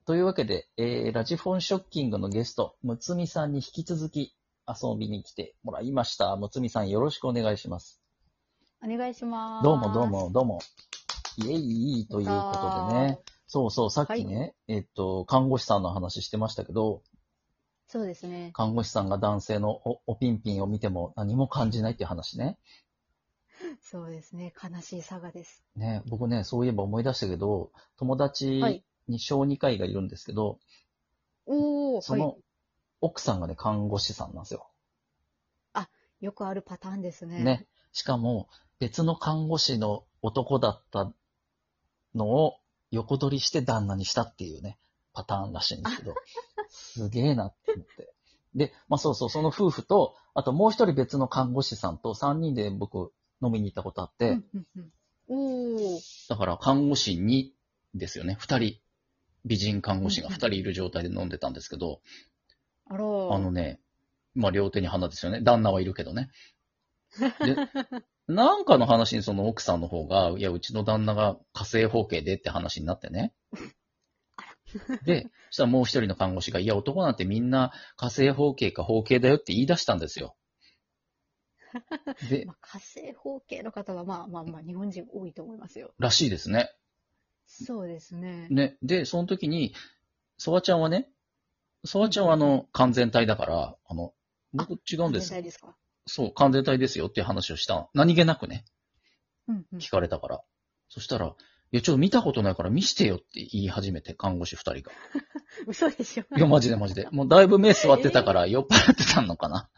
というわけで、ラジフォンショッキングのゲスト、むつみさんに引き続き遊びに来てもらいました。むつみさんよろしくお願いします。 お願いします。 どうもどうもどうも。イエイイーということでね。そうそう、さっきね、看護師さんの話してましたけど、 そうですね。 看護師さんが男性のおピンピンを見ても何も感じないっていう話ね。 そうですね。悲しい佐賀です。 ね、僕ね、そういえば思い出したけど、友達に小児科医がいるんですけど、その奥さんがね、看護師さんなんですよ。 あ、よくあるパターンですね。 ね。しかも、別の看護師の男だったのを横取りして旦那にしたっていうね、パターンらしいんですけど、すげえなって思って。で、まあそうそう、その夫婦と、あともう一人別の看護師さんと3人で僕飲みに行ったことあって、だから看護師2ですよね、2人、美人看護師が2人いる状態で飲んでたんですけど、 あらね、まあ両手に花ですよね、旦那はいるけどね。で、なんかの話にその奥さんの方が、いや、うちの旦那が火星包茎でって話になってね。で、そしたらもう一人の看護師が、いや、男なんてみんな火星包茎か包茎だよって言い出したんですよ。で、 火星包茎の方はまあ日本人多いと思いますよ。 らしいですね。 そうですね。 ね。で、その時に、ソワちゃんはね、ソワちゃんは完全体だから、僕違うんです。 完全体ですか？ そう、完全体ですよっていう話をした。何気なくね、聞かれたから。そしたら、いや、ちょっと見たことないから見してよって言い始めて、看護師二人が。 嘘でしょ？ いや、マジでマジで。もうだいぶ目座ってたから酔っ払ってたのかな。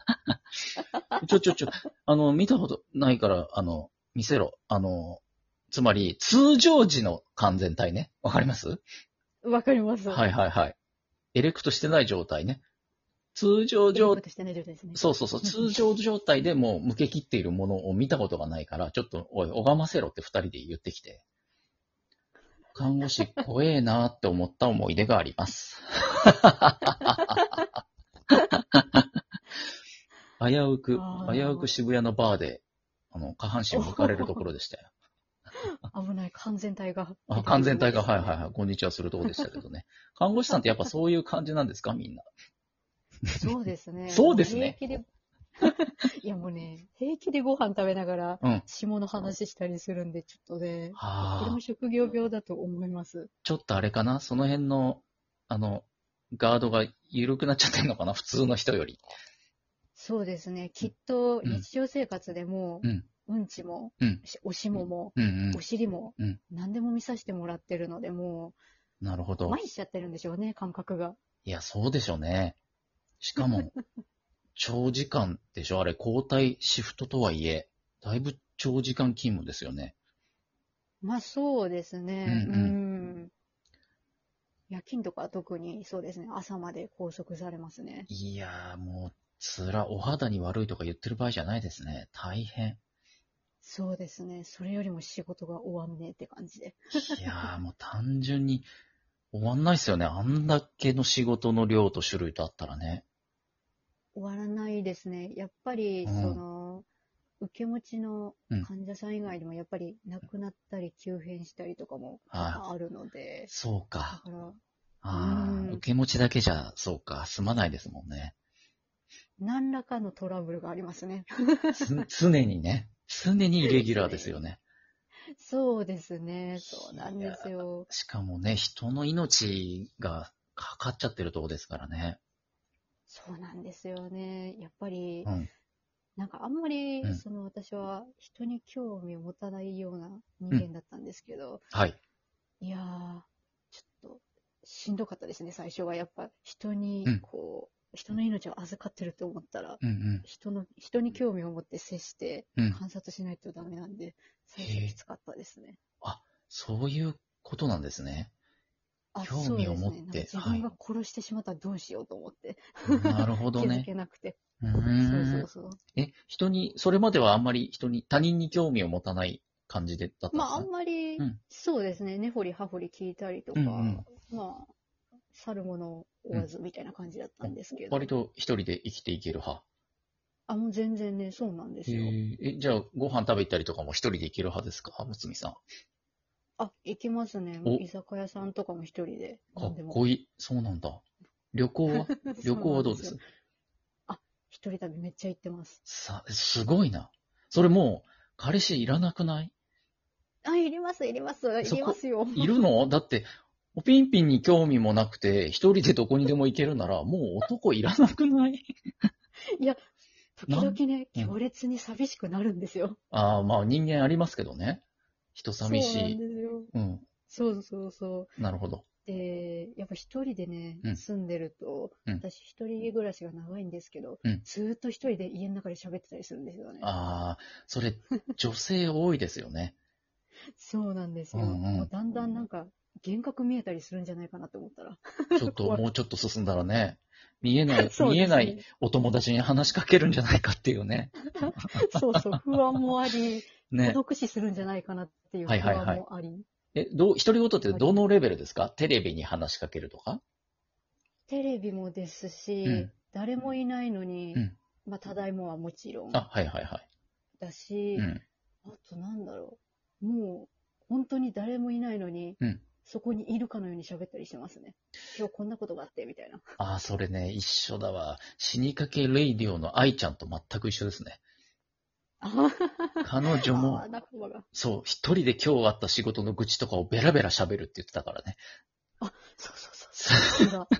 見たことないから、見せろ。つまり、通常時の完全体ね。わかります？ わかります。 はいはいはい。エレクトしてない状態ね。通常状態。そうそうそう。通常状態でもう向け切っているものを見たことがないから、ちょっと、おい、拝ませろって二人で言ってきて。看護師怖えなーって思った思い出があります。危うく渋谷のバーで、下半身を向かれるところでしたよ。 危ない、完全体が。 完全体が、はいはいはい、こんにちはするとこでしたけどね。看護師さんってやっぱそういう感じなんですか、みんな。 そうですね。 そうですね。 いやもうね、平気でご飯食べながら、下の話したりするんで、ちょっとね、これも職業病だと思います。 ちょっとあれかな、その辺の、ガードが緩くなっちゃってるのかな、普通の人より。 そうですね。きっと日常生活でも、うんちも、おしもも、お尻も、何でも見させてもらってるので、もう、なるほど。 麻痺しちゃってるんでしょうね、感覚が。 いや、そうでしょうね。しかも、長時間でしょ、あれ、交代シフトとはいえ、だいぶ長時間勤務ですよね。 まあそうですね。夜勤とかは特にそうですね。朝まで拘束されますね。 いやー、もう、お肌に悪いとか言ってる場合じゃないですね。大変。 そうですね。それよりも仕事が終わんねえって感じで。 いやー、もう単純に終わんないですよね。あんだけの仕事の量と種類とあったらね。 終わらないですね。やっぱり、受け持ちの患者さん以外にも、やっぱり亡くなったり急変したりとかもあるので。 そうか。 だから、 受け持ちだけじゃ、そうか、済まないですもんね。 何らかのトラブルがありますね。 常にね。常にイレギュラーですよね。 そうですね。そうなんですよ。 しかもね、人の命がかかっちゃってるとこですからね。 そうなんですよね。やっぱり、なんかあんまり、私は人に興味を持たないような人間だったんですけど、 はい。 いやー、ちょっとしんどかったですね、最初は。やっぱ人に、人の命を預かってると思ったら、人に興味を持って接して観察しないとダメなんで、最初きつかったですね。 あ、そういうことなんですね。興味を持って。 自分が殺してしまったらどうしようと思って。 なるほどね。 気づけなくて。 そう。それまではあんまり他人に興味を持たない感じだったんですか？ まあ、あんまり、そうですね、根掘り葉掘り聞いたりとか、まあ、去るものを追わずみたいな感じだったんですけど。 割と一人で生きていける派？ もう全然ね、そうなんですよ。 じゃあ、ご飯食べたりとかも一人で行ける派ですか、むつみさん。 行きますね。 お居酒屋さんとかも一人で。 かっ何でも。 こいい。そうなんだ。旅行は旅行はどうです？ 一人旅めっちゃ行ってます。 すごいな。それもう、彼氏いらなくない？ いります、いります、いそこ、 りますよ。 いるの？だって、おピンピンに興味もなくて、一人でどこにでも行けるなら、もう男いらなくない？ いや、時々ね、 うん強烈に寂しくなるんですよ。 まあ人間ありますけどね。人寂そうなんしい。 ですよ。 うん。 そうそうそう。 なるほど。 で、やっぱ一人でね、 うん住んでると、 うん私一人暮らしが長いんですけど、 うん。 ずーっと一人で家の中で喋ってたりするんですよね。 それ、女性多いですよね。 そうなんですうよ。 んうん。 もうだんだんなんか、幻覚見えたりするんじゃないかなと思ったら。 ちょっと、 怖くもうちょっと進んだらね、 そう見えないですね。 お友達に話しかけるんじゃないかっていうね。 そうそう、不安もあり、孤ね。 独死するんじゃないかなっていう不安はいはいはい。 もあり。 独り言ってありどのレベルですか？テレビに話しかけるとか？ テレビもですし、 うん。 誰もいないのに、 うん。 まあ、ただいまはもちろんはいはいはい。 だし、 うん。 あとなんだろう。もう、本当に誰もいないのに、 うん。 そこにいるかのように喋ったりしてますね。今日こんなことがあって、みたいな。 それね、一緒だわ。死にかけレイディオの愛ちゃんと全く一緒ですね。彼女も、 仲間が。 そう、一人で今日あった仕事の愚痴とかをベラベラ喋るって言ってたからね。 そうそうそう。それだ。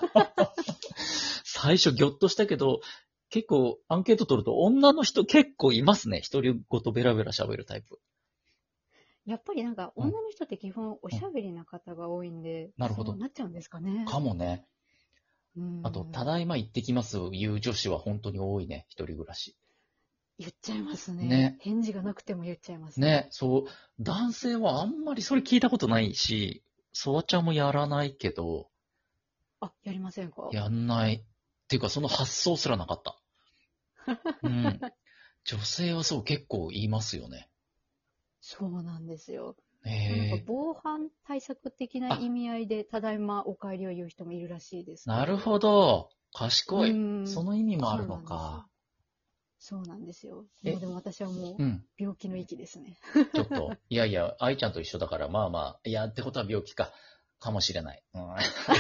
最初ギョッとしたけど、結構アンケート取ると女の人結構いますね。一人ごとベラベラ喋るタイプ。 やっぱりなんか、 うん女の人って基本おしゃべりな方が多いんで、 なるほどそうなっちゃうんですかね。 かもね。 うん。 あと、ただいま行ってきます言う女子は本当に多いね。一人暮らし。 言っちゃいますね。 ね。 返事がなくても言っちゃいますね、そう。男性はあんまりそれ聞いたことないし、ソワちゃんもやらないけど、 やりませんか？ やんない。っていうか、その発想すらなかった。うん。女性はそう結構言いますよね。 そうなんですよ。 へなんかえ。 防犯対策的な意味合いで、ただいまお帰りを言う人もいるらしいですけど。 なるほど。賢い。そん。 の意味もあるのそうなんですよ。 か。 そうなんですよ。 えもうでも私はもう、 うん。 病気の域ですね。 ちょっと、いやいや、愛ちゃんと一緒だから、まあまあ、いや、ってことは病気か。かもしれない。うん。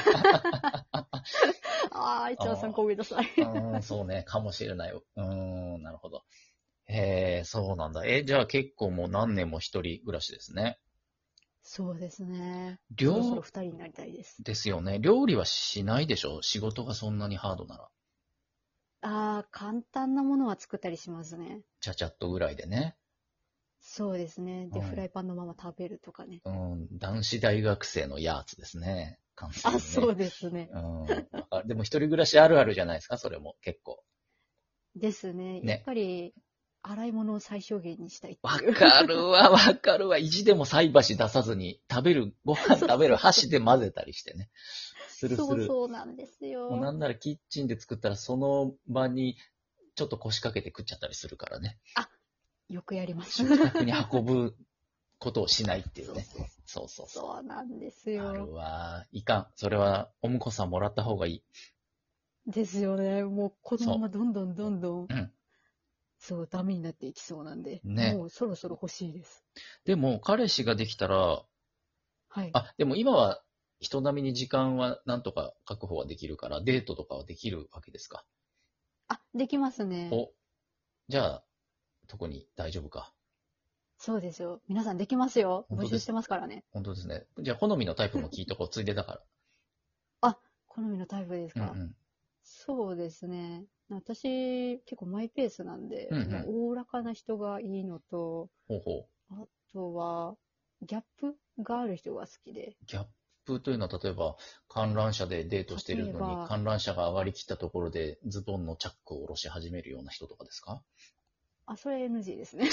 愛ちゃんさんごめんなさい。 そうね、かもしれない。なるほど。そうなんだ。じゃあ結構もう何年も一人暮らしですね。 そうですね。そろそろ料二人になりたいです。 ですよね。料理はしないでしょ？仕事がそんなにハードなら。 簡単なものは作ったりしますね。 ちゃちゃっとぐらいでね。 そうですね。で、 うんフライパンのまま食べるとかね。 男子大学生のやつですね。完全にね。 そうですね。 でも一人暮らしあるあるじゃないですか、それも結構。 ですね。 ねやっぱり、洗い物を最小限にしたいってわいう。 かるわ、わかるわ。意地でも菜箸出さずに、ご飯食べる箸で混ぜたりしてね。するする。 そうなんですよ。 もうなんならキッチンで作ったらその場にちょっと腰掛けて食っちゃったりするからね。 よくやります。 食卓に運ぶことをしないっていうね。そう。 そうなんですあるよ。 わ。いかん。それは、お婿さんもらった方がいい。 ですよね。もうこのままどんどん、 うん。 そう、ダメになっていきそうなんで、 ね。 もうそろそろ欲しいです。 でも、彼氏ができたら、 はい。 でも今は人並みに時間はなんとか確保はできるから、デートとかはできるわけですか？ できますね。 じゃあ、特に大丈夫か。 そうですよ。皆さんできますよ。 本当です募集してますからね。 本当ですね。じゃあ、好みのタイプも聞いとこう。ついでだから。 好みのタイプですか？ うんうん。 そうですね。私、結構マイペースなんで、 うんうんまあおおらかな人がいいのと、 ほうほう。 あとは、ギャップがある人が好きで。 ギャップというのは、例えば、観覧車でデートしてるのに、 例えば観覧車が上がりきったところで、ズボンのチャックを下ろし始めるような人とかですか？ それ NG ですね。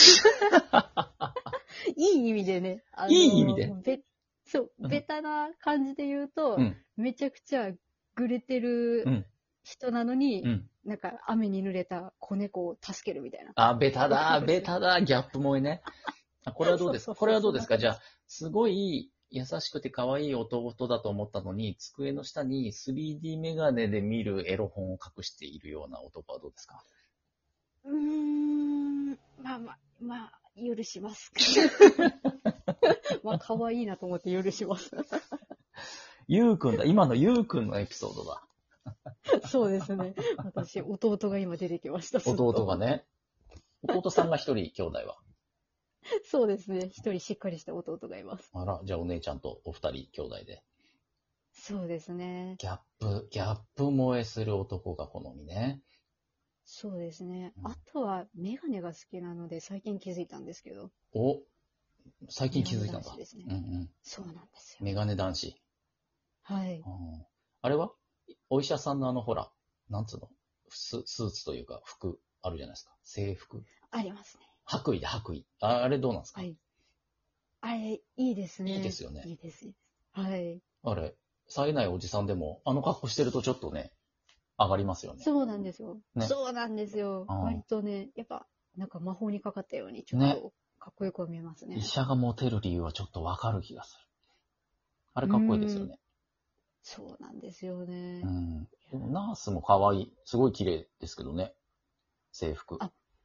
いい意味でね。 いい意味でそう、 うんベタな感じで言うと、 うん。 めちゃくちゃぐれてるうん。 人なのに、 うん。 なんか雨に濡れた子猫を助けるみたいな。 ベタだ、 わかりますベタだ、ギャップ萌えね。これはどうですそうそうそうか？これはどうですか？ そんな感じじゃあ、すごい優しくて可愛い弟だと思ったのに、机の下に 3D メガネで見るエロ本を隠しているような男はどうですか？ まあ、許します。 まあ、可愛いなと思って許します。 ゆうくんだ。今のゆうくんのエピソードだ。 そうですね。私、弟が今出てきました。 弟がね。弟さんが一人兄弟は。 そうですね。一人しっかりした弟がいます。 あら、じゃあお姉ちゃんとお二人兄弟で。 そうですね。 ギャップ萌えする男が好みね。 そうですね。 うん、 あとは、メガネが好きなので、最近気づいたんですけど。 最近気づいたんだ。 ですね。 うんうん。 そうなんですよ。 メガネ男子。 はい。 あれはお医者さんのほら、なんつうのスーツというか服あるじゃないですか。制服。 ありますね。 白衣で白衣。あれどうなんですか？ はい。あれ、いいですね。 いいですよね。 いいです。はい。 あれ、冴えないおじさんでも、あの格好してるとちょっとね、上がりますよね。 そうなんですよ。 ね、 そうなんですよ。割とね、やっぱ、なんか魔法にかかったように、ちょっとかっこよく見えますね。 医者がモテる理由はちょっとわかる気がする。あれかっこいいですよね。 そうなんですよね。 うん。ナースも可愛い。すごい綺麗ですけどね。制服。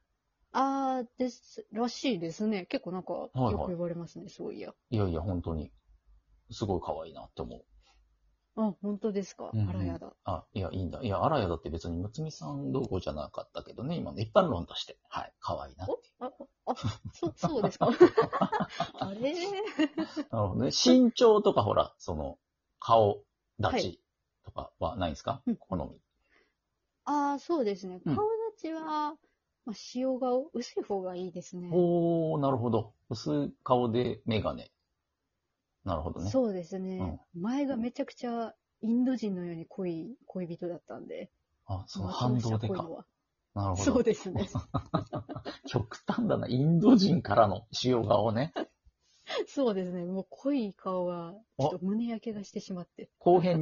ですらしいですね。結構なんか、よく言われますね、そういや。 いやいや、本当に。すごい可愛いなって思う。 あ、本当ですか。あらやだ。 いや、いいんだ。いや、あらやだって別にむつみさんどうこうじゃなかったけどね、今の一般論として。はい、可愛いなって。 そうですか。あれなるほどね。身長とかほら、顔立ちとかはないんですか？好み。 そうですね。顔立ちは、塩顔、薄い方がいいですね。 なるほど。薄い顔でメガネ。なるほどね。 そうですね。前がめちゃくちゃインド人のように濃い恋人だったんで。 その反動でか。なるほど。 そうですね。 極端だな。インド人からの塩顔ね。 そうですね。もう濃い顔が、ちょっと胸焼けがしてしまって。 後編